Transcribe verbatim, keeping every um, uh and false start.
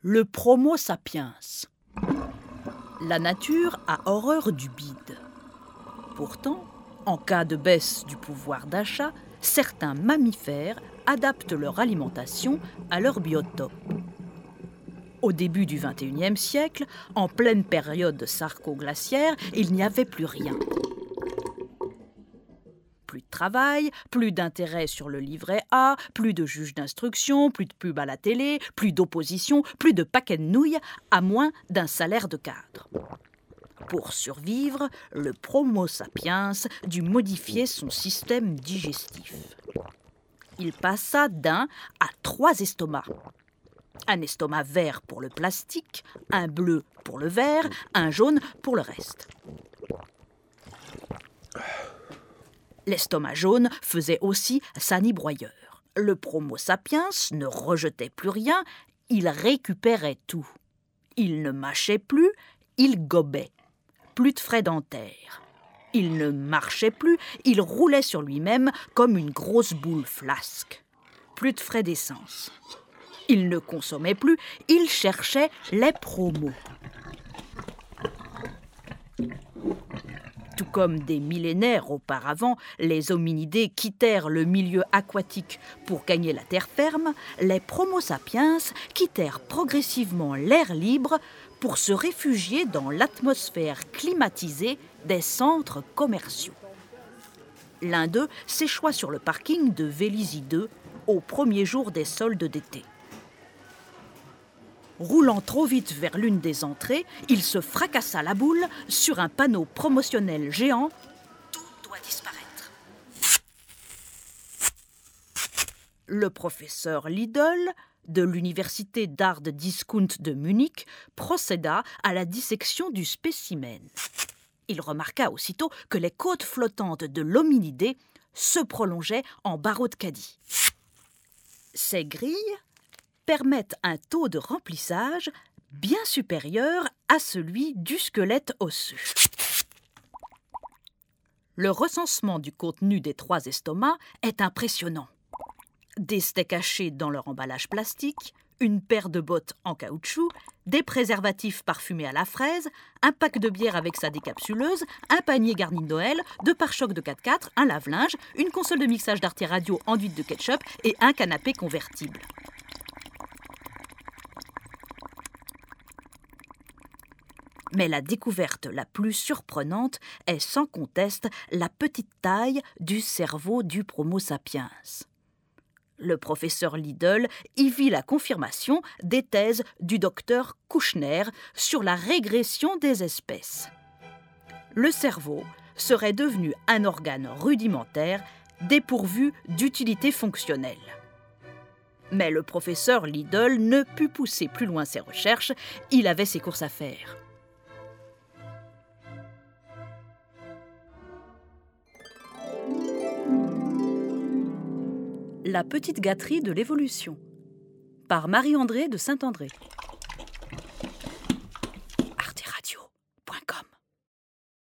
Le Promo sapiens. La nature a horreur du bide. Pourtant, en cas de baisse du pouvoir d'achat, certains mammifères adaptent leur alimentation à leur biotope. Au début du vingt et unième siècle, en pleine période sarco-glaciaire, il n'y avait plus rien. Plus de travail, plus d'intérêt sur le livret A, plus de juges d'instruction, plus de pub à la télé, plus d'opposition, plus de paquets de nouilles, à moins d'un salaire de cadre. Pour survivre, le Promo sapiens dut modifier son système digestif. Il passa d'un à trois estomacs. Un estomac vert pour le plastique, un bleu pour le verre, un jaune pour le reste. L'estomac jaune faisait aussi sani-broyeur. Le Promo sapiens ne rejetait plus rien, il récupérait tout. Il ne mâchait plus, il gobait. Plus de frais dentaires. Il ne marchait plus, il roulait sur lui-même comme une grosse boule flasque. Plus de frais d'essence. Il ne consommait plus, il cherchait les promos. Tout comme des millénaires auparavant, les hominidés quittèrent le milieu aquatique pour gagner la terre ferme, les Promo sapiens quittèrent progressivement l'air libre pour se réfugier dans l'atmosphère climatisée des centres commerciaux. L'un d'eux s'échoua sur le parking de Vélizy deux au premier jour des soldes d'été. Roulant trop vite vers l'une des entrées, il se fracassa la boule sur un panneau promotionnel géant « Tout doit disparaître ». Le professeur Lidl, de l'université d'art de Discount de Munich, procéda à la dissection du spécimen. Il remarqua aussitôt que les côtes flottantes de l'hominidé se prolongeaient en barreaux de caddie. Ces grilles permettent un taux de remplissage bien supérieur à celui du squelette osseux. Le recensement du contenu des trois estomacs est impressionnant. Des steaks hachés dans leur emballage plastique, une paire de bottes en caoutchouc, des préservatifs parfumés à la fraise, un pack de bière avec sa décapsuleuse, un panier garni de Noël, deux pare-chocs de quatre-quatre, un lave-linge, une console de mixage d'Arte Radio enduite de ketchup et un canapé convertible. Mais la découverte la plus surprenante est sans conteste la petite taille du cerveau du Promo sapiens. Le professeur Lidl y vit la confirmation des thèses du docteur Kouchner sur la régression des espèces. Le cerveau serait devenu un organe rudimentaire dépourvu d'utilité fonctionnelle. Mais le professeur Lidl ne put pousser plus loin ses recherches, il avait ses courses à faire. La petite gâterie de l'évolution, par Marie-André de Saint-André.